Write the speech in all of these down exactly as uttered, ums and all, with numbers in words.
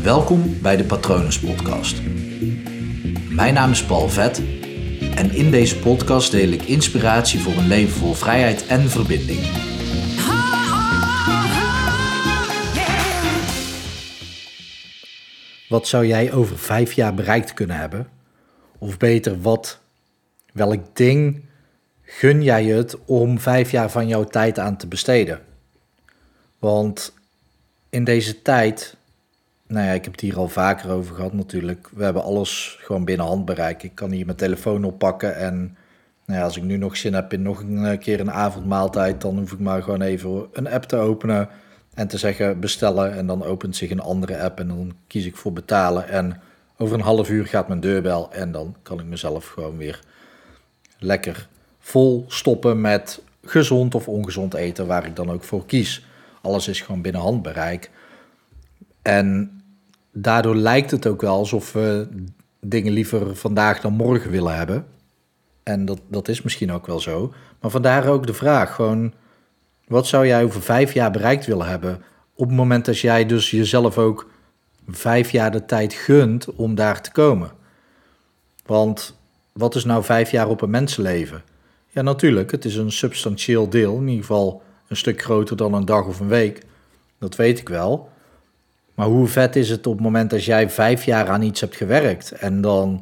Welkom bij de Patronus Podcast. Mijn naam is Paul Vet en in deze podcast deel ik inspiratie voor een leven vol vrijheid en verbinding. Wat zou jij over vijf jaar bereikt kunnen hebben? Of beter, wat, welk ding gun jij het om vijf jaar van jouw tijd aan te besteden? Want in deze tijd, nou ja, ik heb het hier al vaker over gehad natuurlijk. We hebben alles gewoon binnen handbereik. Ik kan hier mijn telefoon oppakken en nou ja, als ik nu nog zin heb in nog een keer een avondmaaltijd, dan hoef ik maar gewoon even een app te openen en te zeggen bestellen. En dan opent zich een andere app en dan kies ik voor betalen. En over een half uur gaat mijn deurbel en dan kan ik mezelf gewoon weer lekker vol stoppen met gezond of ongezond eten, waar ik dan ook voor kies. Alles is gewoon binnen handbereik. En daardoor lijkt het ook wel alsof we dingen liever vandaag dan morgen willen hebben. En dat, dat is misschien ook wel zo. Maar vandaar ook de vraag, gewoon, wat zou jij over vijf jaar bereikt willen hebben? Op het moment dat jij dus jezelf ook vijf jaar de tijd gunt om daar te komen. Want wat is nou vijf jaar op een mensenleven? Ja, natuurlijk, het is een substantieel deel. In ieder geval een stuk groter dan een dag of een week. Dat weet ik wel. Maar hoe vet is het op het moment dat jij vijf jaar aan iets hebt gewerkt en dan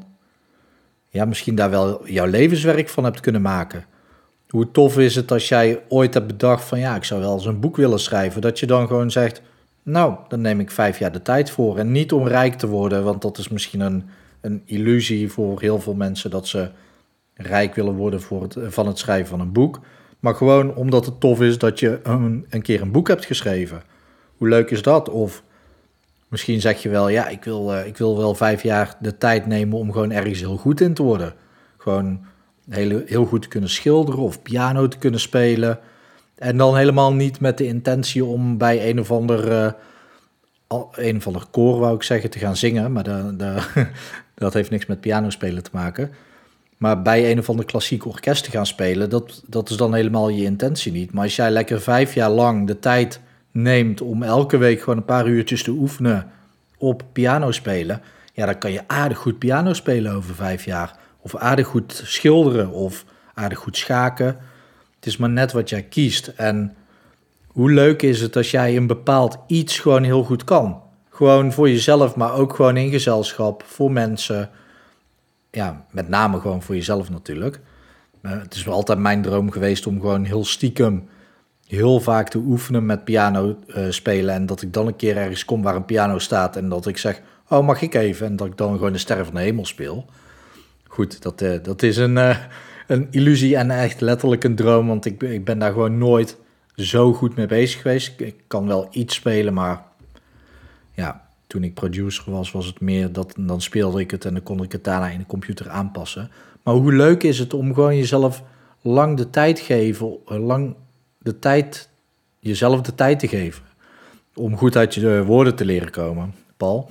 ja, misschien daar wel jouw levenswerk van hebt kunnen maken? Hoe tof is het als jij ooit hebt bedacht van ja, ik zou wel eens een boek willen schrijven, dat je dan gewoon zegt, nou, dan neem ik vijf jaar de tijd voor. En niet om rijk te worden, want dat is misschien een, een illusie voor heel veel mensen dat ze rijk willen worden voor het, van het schrijven van een boek. Maar gewoon omdat het tof is dat je een, een keer een boek hebt geschreven. Hoe leuk is dat? Of misschien zeg je wel, ja, ik wil, uh, ik wil wel vijf jaar de tijd nemen om gewoon ergens heel goed in te worden. Gewoon heel, heel goed te kunnen schilderen of piano te kunnen spelen. En dan helemaal niet met de intentie om bij een of ander, uh, een of ander koor, wou ik zeggen, te gaan zingen. Maar de, de, dat heeft niks met piano spelen te maken. Maar bij een of ander klassiek orkest te gaan spelen, dat, dat is dan helemaal je intentie niet. Maar als jij lekker vijf jaar lang de tijd neemt om elke week gewoon een paar uurtjes te oefenen op piano spelen, ja, dan kan je aardig goed piano spelen over vijf jaar. Of aardig goed schilderen of aardig goed schaken. Het is maar net wat jij kiest. En hoe leuk is het als jij een bepaald iets gewoon heel goed kan? Gewoon voor jezelf, maar ook gewoon in gezelschap, voor mensen. Ja, met name gewoon voor jezelf natuurlijk. Uh, het is wel altijd mijn droom geweest om gewoon heel stiekem heel vaak te oefenen met piano uh, spelen. En dat ik dan een keer ergens kom waar een piano staat en dat ik zeg, oh, mag ik even? En dat ik dan gewoon de Sterren van de Hemel speel. Goed, dat, uh, dat is een, uh, een illusie en echt letterlijk een droom, want ik, ik ben daar gewoon nooit zo goed mee bezig geweest. Ik, ik kan wel iets spelen, maar ja, toen ik producer was, was het meer dat dan speelde ik het en dan kon ik het daarna in de computer aanpassen. Maar hoe leuk is het om gewoon jezelf lang de tijd geven, lang de tijd, jezelf de tijd te geven om goed uit je woorden te leren komen, Paul.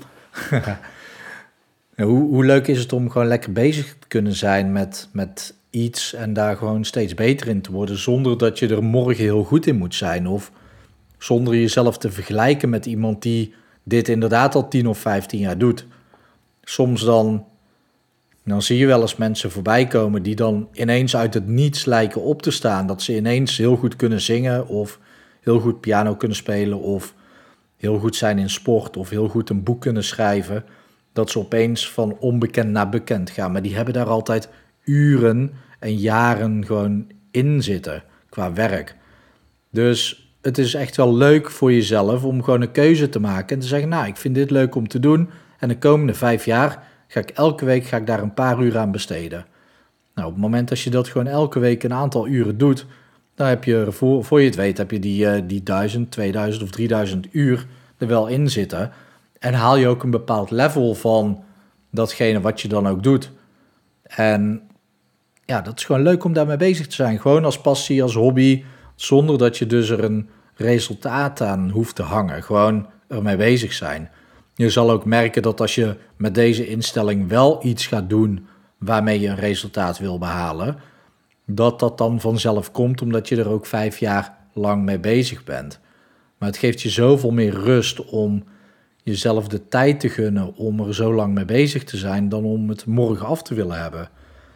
hoe, hoe leuk is het om gewoon lekker bezig te kunnen zijn met, met iets en daar gewoon steeds beter in te worden, zonder dat je er morgen heel goed in moet zijn of zonder jezelf te vergelijken met iemand die dit inderdaad al tien of vijftien jaar doet. Soms dan, dan zie je wel eens mensen voorbij komen die dan ineens uit het niets lijken op te staan. Dat ze ineens heel goed kunnen zingen of heel goed piano kunnen spelen of heel goed zijn in sport of heel goed een boek kunnen schrijven. Dat ze opeens van onbekend naar bekend gaan. Maar die hebben daar altijd uren en jaren gewoon in zitten qua werk. Dus het is echt wel leuk voor jezelf om gewoon een keuze te maken en te zeggen, nou, ik vind dit leuk om te doen en de komende vijf jaar ga ik elke week ga ik daar een paar uur aan besteden. Nou, op het moment dat je dat gewoon elke week een aantal uren doet, dan heb je, voor, voor je het weet, heb je die, uh, die duizend, tweeduizend of drieduizend uur er wel in zitten. En haal je ook een bepaald level van datgene wat je dan ook doet. En ja, dat is gewoon leuk om daarmee bezig te zijn. Gewoon als passie, als hobby, zonder dat je dus er een resultaat aan hoeft te hangen. Gewoon ermee bezig zijn. Je zal ook merken dat als je met deze instelling wel iets gaat doen waarmee je een resultaat wil behalen, dat dat dan vanzelf komt omdat je er ook vijf jaar lang mee bezig bent. Maar het geeft je zoveel meer rust om jezelf de tijd te gunnen om er zo lang mee bezig te zijn dan om het morgen af te willen hebben.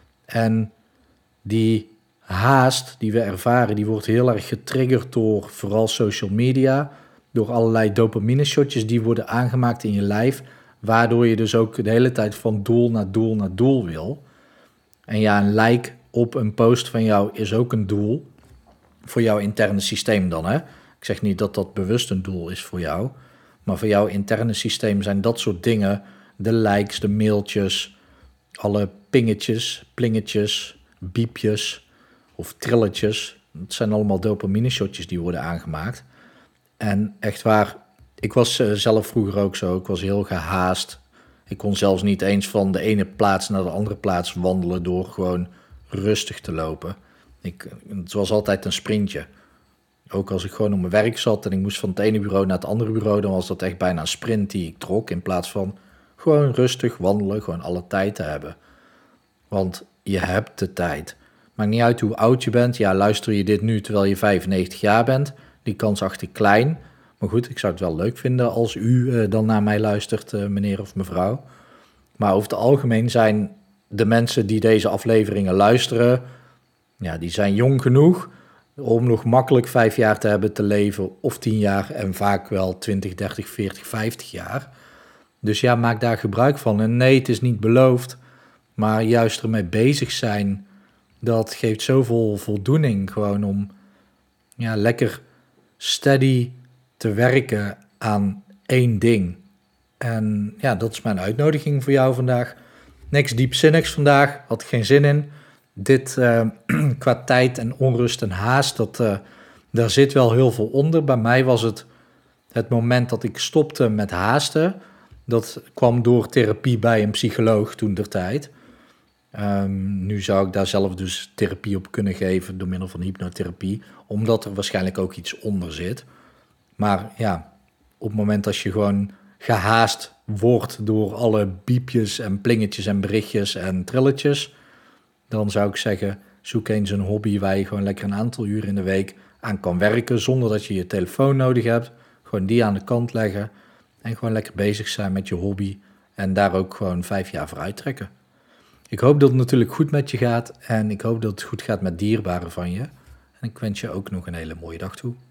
En die haast die we ervaren, die wordt heel erg getriggerd door vooral social media, door allerlei dopamine shotjes die worden aangemaakt in je lijf, waardoor je dus ook de hele tijd van doel naar doel naar doel wil. En ja, een like op een post van jou is ook een doel voor jouw interne systeem dan, hè. Ik zeg niet dat dat bewust een doel is voor jou, maar voor jouw interne systeem zijn dat soort dingen, de likes, de mailtjes, alle pingetjes, plingetjes, biepjes of trilletjes. Het zijn allemaal dopamine shotjes die worden aangemaakt. En echt waar, ik was uh, zelf vroeger ook zo, ik was heel gehaast. Ik kon zelfs niet eens van de ene plaats naar de andere plaats wandelen door gewoon rustig te lopen. Ik, het was altijd een sprintje. Ook als ik gewoon op mijn werk zat en ik moest van het ene bureau naar het andere bureau, dan was dat echt bijna een sprint die ik trok, in plaats van gewoon rustig wandelen, gewoon alle tijd te hebben. Want je hebt de tijd. Maakt niet uit hoe oud je bent. Ja, luister je dit nu terwijl je vijfennegentig jaar bent, die kans acht ik klein. Maar goed, ik zou het wel leuk vinden als u uh, dan naar mij luistert, uh, meneer of mevrouw. Maar over het algemeen zijn de mensen die deze afleveringen luisteren, ja, die zijn jong genoeg om nog makkelijk vijf jaar te hebben te leven, of tien jaar en vaak wel twintig, dertig, veertig, vijftig jaar. Dus ja, maak daar gebruik van. En nee, het is niet beloofd, maar juist ermee bezig zijn, dat geeft zoveel voldoening gewoon om ja, lekker steady te werken aan één ding. En ja, dat is mijn uitnodiging voor jou vandaag. Niks diepzinnigs vandaag, had ik geen zin in. Dit uh, qua tijd en onrust en haast, dat, uh, daar zit wel heel veel onder. Bij mij was het het moment dat ik stopte met haasten. Dat kwam door therapie bij een psycholoog toen der tijd. Um, nu zou ik daar zelf dus therapie op kunnen geven door middel van hypnotherapie, omdat er waarschijnlijk ook iets onder zit. Maar ja, op het moment dat je gewoon gehaast wordt door alle biepjes en plingetjes en berichtjes en trilletjes, dan zou ik zeggen, zoek eens een hobby waar je gewoon lekker een aantal uur in de week aan kan werken, zonder dat je je telefoon nodig hebt. Gewoon die aan de kant leggen en gewoon lekker bezig zijn met je hobby en daar ook gewoon vijf jaar voor uittrekken. Ik hoop dat het natuurlijk goed met je gaat en ik hoop dat het goed gaat met dierbaren van je. En ik wens je ook nog een hele mooie dag toe.